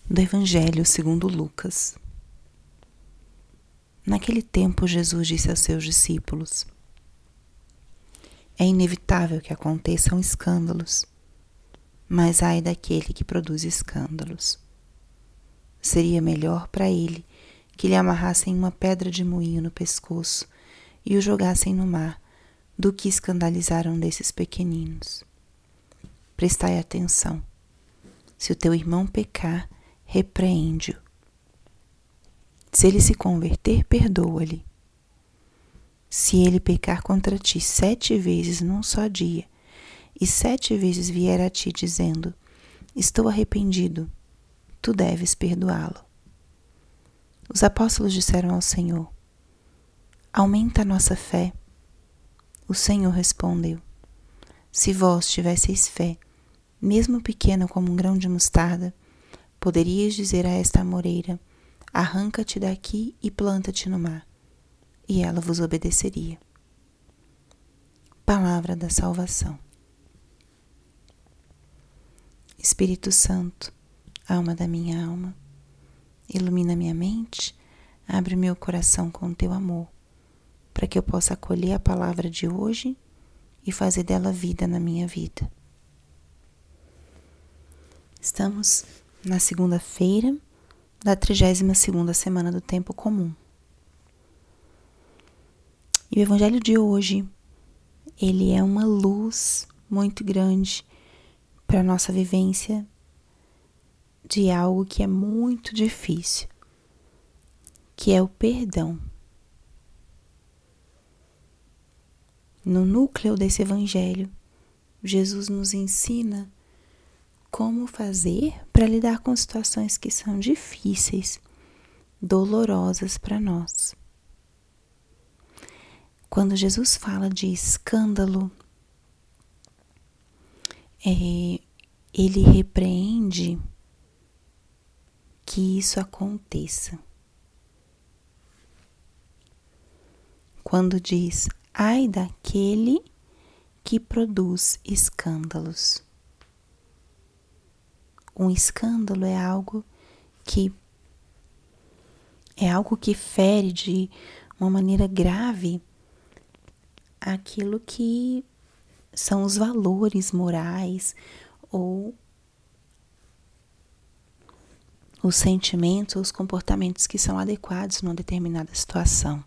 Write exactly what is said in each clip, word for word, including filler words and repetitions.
Do Evangelho segundo Lucas. Naquele tempo, Jesus disse aos seus discípulos: é inevitável que aconteçam escândalos, mas ai daquele que produz escândalos. Seria melhor para ele que lhe amarrassem uma pedra de moinho no pescoço e o jogassem no mar, do que escandalizar um desses pequeninos. Prestai atenção. Se o teu irmão pecar, repreende-o. Se ele se converter, perdoa-lhe. Se ele pecar contra ti sete vezes num só dia, e sete vezes vier a ti dizendo: estou arrependido, tu deves perdoá-lo. Os apóstolos disseram ao Senhor: aumenta a nossa fé. O Senhor respondeu: se vós tivesseis fé, mesmo pequena como um grão de mostarda, poderíeis dizer a esta amoreira: arranca-te daqui e planta-te no mar, e ela vos obedeceria. Palavra da salvação. Espírito Santo, alma da minha alma, ilumina minha mente, abre meu coração com teu amor, para que eu possa acolher a palavra de hoje e fazer dela vida na minha vida. Estamos na segunda-feira da trigésima segunda semana do Tempo Comum. E o Evangelho de hoje, ele é uma luz muito grande para a nossa vivência de algo que é muito difícil, que é o perdão. No núcleo desse Evangelho, Jesus nos ensina como fazer para lidar com situações que são difíceis, dolorosas para nós. Quando Jesus fala de escândalo, é, ele repreende que isso aconteça. Quando diz: ai daquele que produz escândalos. Um escândalo é algo que é algo que fere de uma maneira grave aquilo que são os valores morais ou os sentimentos ou os comportamentos que são adequados numa determinada situação.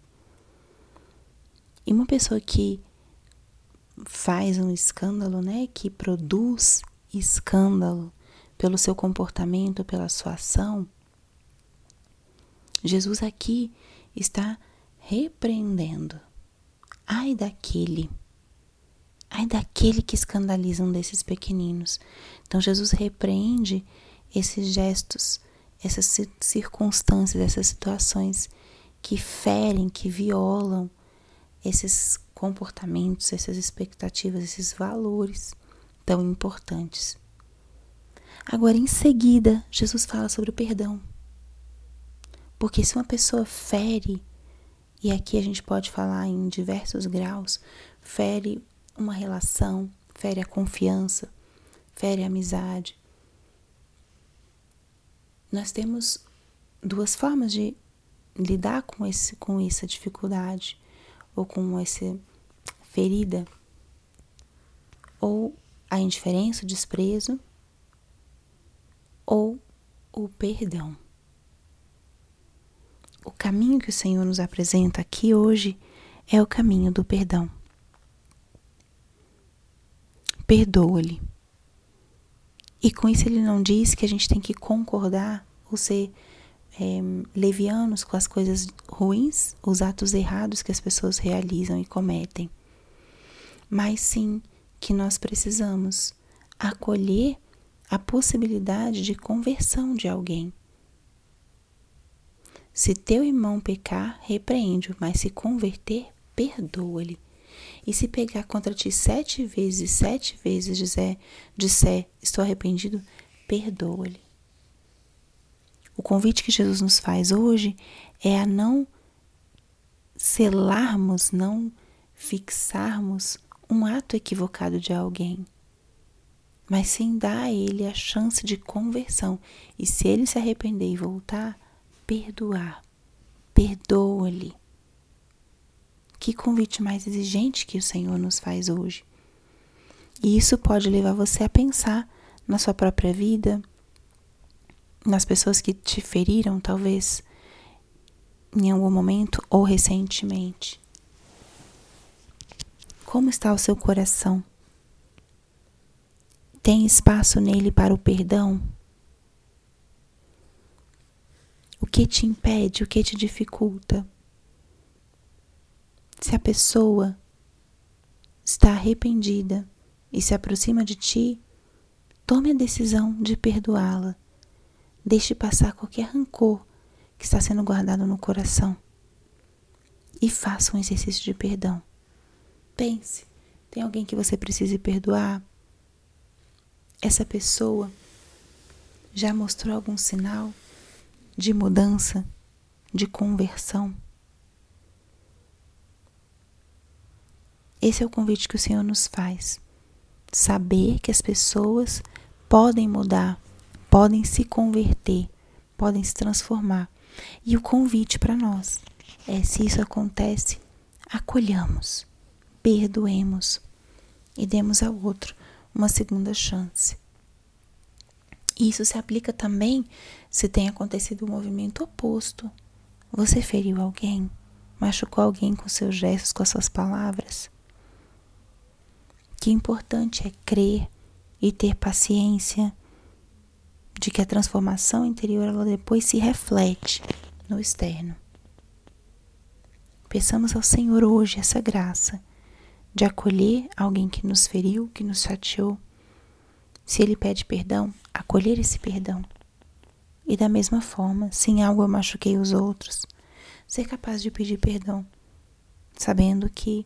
E uma pessoa que faz um escândalo, né, que produz escândalo pelo seu comportamento, pela sua ação, Jesus aqui está repreendendo. Ai daquele, ai daquele que escandaliza um desses pequeninos. Então Jesus repreende esses gestos, essas circunstâncias, essas situações que ferem, que violam esses comportamentos, essas expectativas, esses valores tão importantes. Agora, em seguida, Jesus fala sobre o perdão. Porque se uma pessoa fere, e aqui a gente pode falar em diversos graus, fere uma relação, fere a confiança, fere a amizade. Nós temos duas formas de lidar com, esse, com essa dificuldade, ou com essa ferida, ou a indiferença, o desprezo, ou o perdão. O caminho que o Senhor nos apresenta aqui hoje é o caminho do perdão. Perdoa-lhe. E com isso ele não diz que a gente tem que concordar ou ser é, levianos com as coisas ruins, os atos errados que as pessoas realizam e cometem. Mas sim que nós precisamos acolher a possibilidade de conversão de alguém. Se teu irmão pecar, repreende-o, mas se converter, perdoa-lhe. E se pegar contra ti sete vezes, sete vezes disser, disser estou arrependido, perdoa-lhe. O convite que Jesus nos faz hoje é a não selarmos, não fixarmos um ato equivocado de alguém. mas sim dar a ele a chance de conversão. E se ele se arrepender e voltar, perdoar. Perdoa-lhe. Que convite mais exigente que o Senhor nos faz hoje. E isso pode levar você a pensar na sua própria vida, nas pessoas que te feriram, talvez, em algum momento ou recentemente. Como está o seu coração? Tem espaço nele para o perdão? O que te impede? O que te dificulta? Se a pessoa está arrependida e se aproxima de ti, tome a decisão de perdoá-la. Deixe passar qualquer rancor que está sendo guardado no coração e faça um exercício de perdão. Pense, tem alguém que você precise perdoar? Essa pessoa já mostrou algum sinal de mudança, de conversão? Esse é o convite que o Senhor nos faz. Saber que as pessoas podem mudar, podem se converter, podem se transformar. E o convite para nós é, se isso acontece, acolhamos, perdoemos e demos ao outro uma segunda chance. Isso se aplica também se tem acontecido o movimento oposto. Você feriu alguém, machucou alguém com seus gestos, com as suas palavras. Que importante é crer e ter paciência de que a transformação interior ela depois se reflete no externo. Peçamos ao Senhor hoje essa graça de acolher alguém que nos feriu, que nos chateou. Se ele pede perdão, acolher esse perdão. E da mesma forma, se em algo eu machuquei os outros, ser capaz de pedir perdão, sabendo que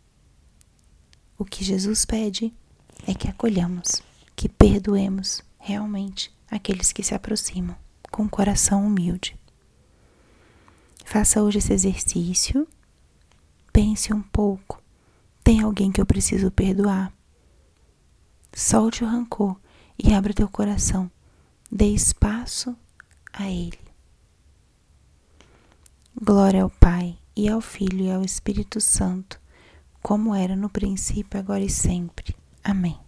o que Jesus pede é que acolhamos, que perdoemos realmente aqueles que se aproximam com um coração humilde. Faça hoje esse exercício, pense um pouco, tem alguém que eu preciso perdoar? Solte o rancor e abra teu coração, dê espaço a ele. Glória ao Pai, e ao Filho e ao Espírito Santo, como era no princípio, agora e sempre. Amém.